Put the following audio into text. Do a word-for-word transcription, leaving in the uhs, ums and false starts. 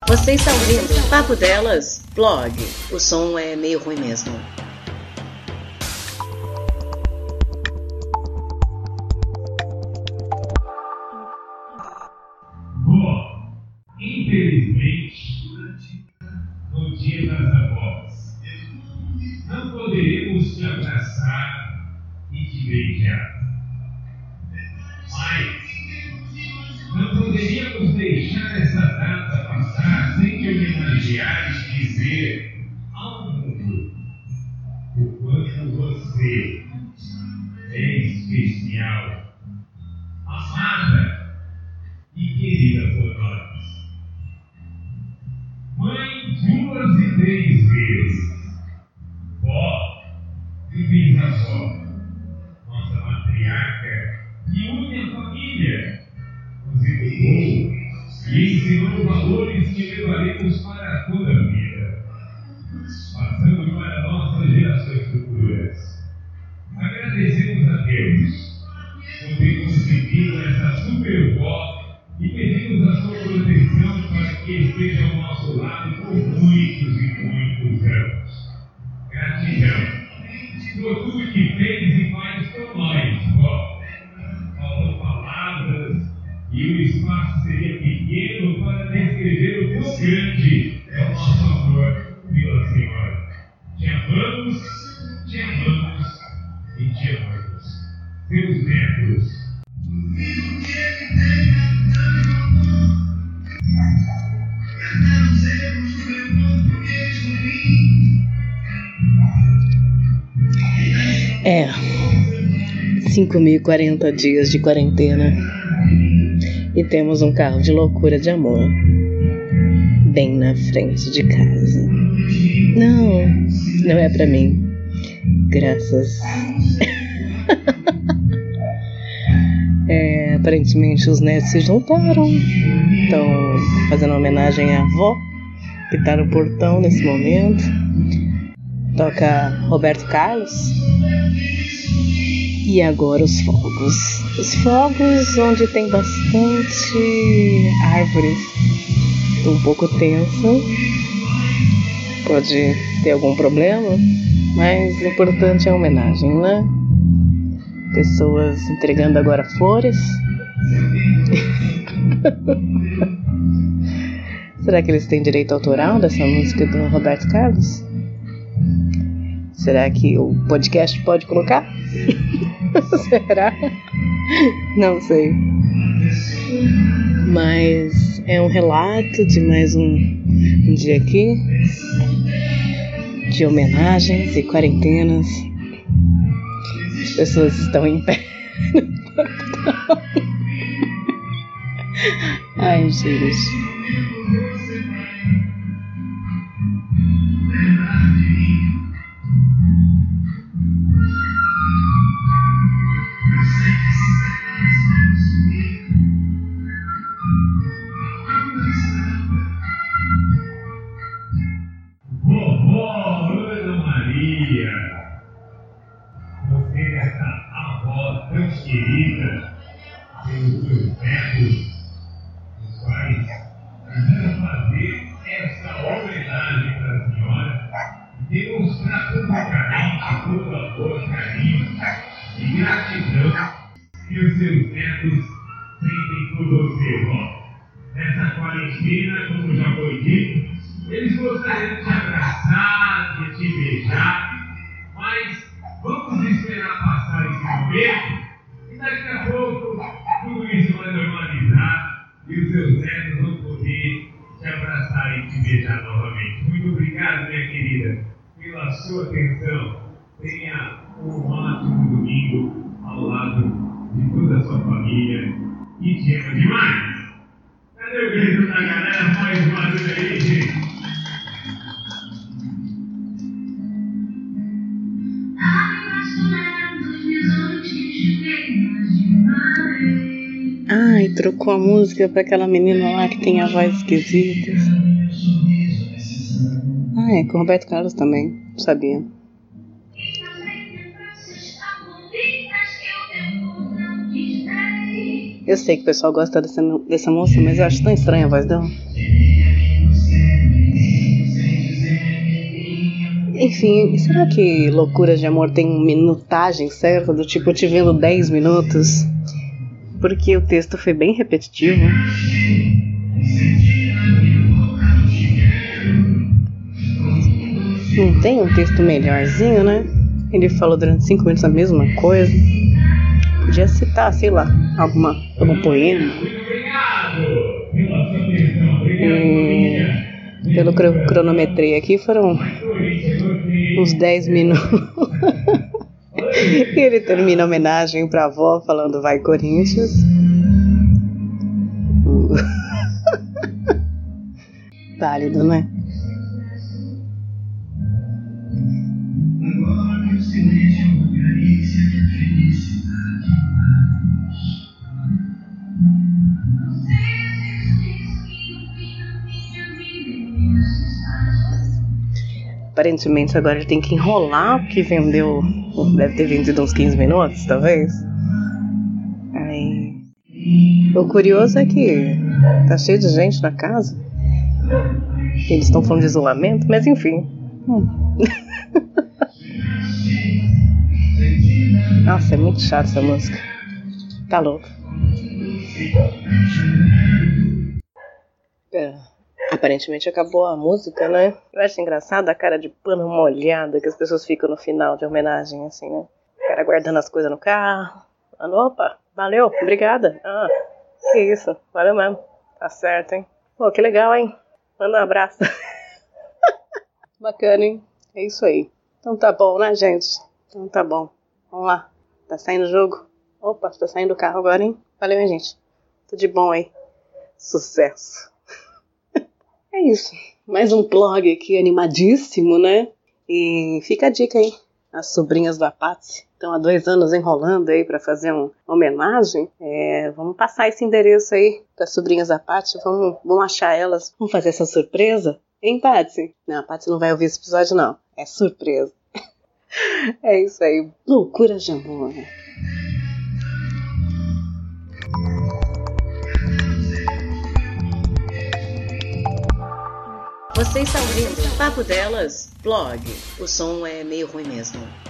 Você está ouvindo Papo Delas, blog. O som é meio ruim mesmo. Bom, infelizmente, no dia das avós, não poderemos te abraçar e te beijar. Mas não poderíamos deixar essa data passar sem te homenagear e dizer ao mundo o quanto você é especial, amada e querida por nós. Mãe duas e três vezes, vó e bisavó, nossa matriarca que une a família, nos educou e ensinou valores que levaremos para toda a vida, passando para nossas gerações futuras. Agradecemos a Deus por ter conseguido essa super vó e pedimos a sua proteção para que esteja ao nosso lado por muitos e muitos anos. Gratidão por tudo que fez e faz por nós, vó. Faltam palavras e o espaço seria pequeno para descrever o quão grande é o nosso amor pela Senhora. Te amamos, te amamos e te amamos. Seus netos. É, cinco mil e quarenta dias de quarentena e temos um carro de loucura de amor bem na frente de casa. Não, não é pra mim, graças. É, aparentemente os netos se juntaram, estão fazendo homenagem à avó que tá no portão nesse momento. Toca Roberto Carlos. E agora os fogos. Os fogos onde tem bastante árvores. Estou um pouco tensa. Pode ter algum problema, mas o importante é a homenagem, né? Pessoas entregando agora flores. Será que eles têm direito autoral dessa música do Roberto Carlos? Será que o podcast pode colocar? Será? Não sei. Mas é um relato de mais um, um dia aqui, de homenagens e quarentenas. As pessoas estão em pé. Ai, gente. Querida, pelos seus netos, os quais quiseram fazer essa homenagem para a senhora e demonstrar publicamente todo o amor, carinho e gratidão que os seus netos sentem por você, vó. Nessa quarentena, como já foi dito, eles gostariam de te abraçar, de te beijar, mas vamos esperar passar esse momento. Daqui a pouco, tudo isso vai normalizar e os seus netos vão poder te abraçar e te beijar novamente. Muito obrigado, minha querida, pela sua atenção. Tenha um ótimo domingo ao lado de toda a sua família e te ama demais. Cadê o grito da galera? Faz um barulho aí, gente. Ai, trocou a música pra aquela menina lá que tem a voz esquisita. Ah, é, com o Roberto Carlos também, sabia. Eu sei que o pessoal gosta dessa, dessa moça, mas eu acho tão estranha a voz dela. Enfim, será que Loucuras de Amor tem minutagem certa? Do tipo, eu te vendo dez minutos? Porque o texto foi bem repetitivo. Não tem um texto melhorzinho, né? Ele falou durante cinco minutos a mesma coisa. Podia citar, sei lá, alguma, algum poema. E, pelo que eu cronometrei aqui, foram uns dez minutos. E ele termina a homenagem pra avó falando vai Corinthians. Válido, né? Agora o silêncio é uma carícia que a felicidade Aparentemente agora ele tem que enrolar, porque vendeu, deve ter vendido uns quinze minutos, talvez. Aí, o curioso é que tá cheio de gente na casa. Eles estão falando de isolamento, mas enfim. Hum. Nossa, é muito chato essa música. Tá louco. É. Aparentemente acabou a música, né? Eu acho engraçado a cara de pano molhada que as pessoas ficam no final de homenagem, assim, né? O cara guardando as coisas no carro. Falando, opa, valeu, obrigada. Ah, que isso, valeu mesmo. Tá certo, hein? Pô, que legal, hein? Manda um abraço. Bacana, hein? É isso aí. Então tá bom, né, gente? Então tá bom. Vamos lá. Tá saindo o jogo? Opa, tá saindo o carro agora, hein? Valeu, hein, gente? Tudo de bom aí. Sucesso. É isso. Mais um blog aqui animadíssimo, né? E fica a dica aí. As sobrinhas da Patsy estão há dois anos enrolando aí pra fazer uma homenagem. É, vamos passar esse endereço aí pras sobrinhas da Patsy. Vamos, vamos achar elas. Vamos fazer essa surpresa? Hein, Patsy? Não, a Patsy não vai ouvir esse episódio, não. É surpresa. É isso aí. Loucura de amor. Você está ouvindo Papo Delas Blog. O som é meio ruim mesmo.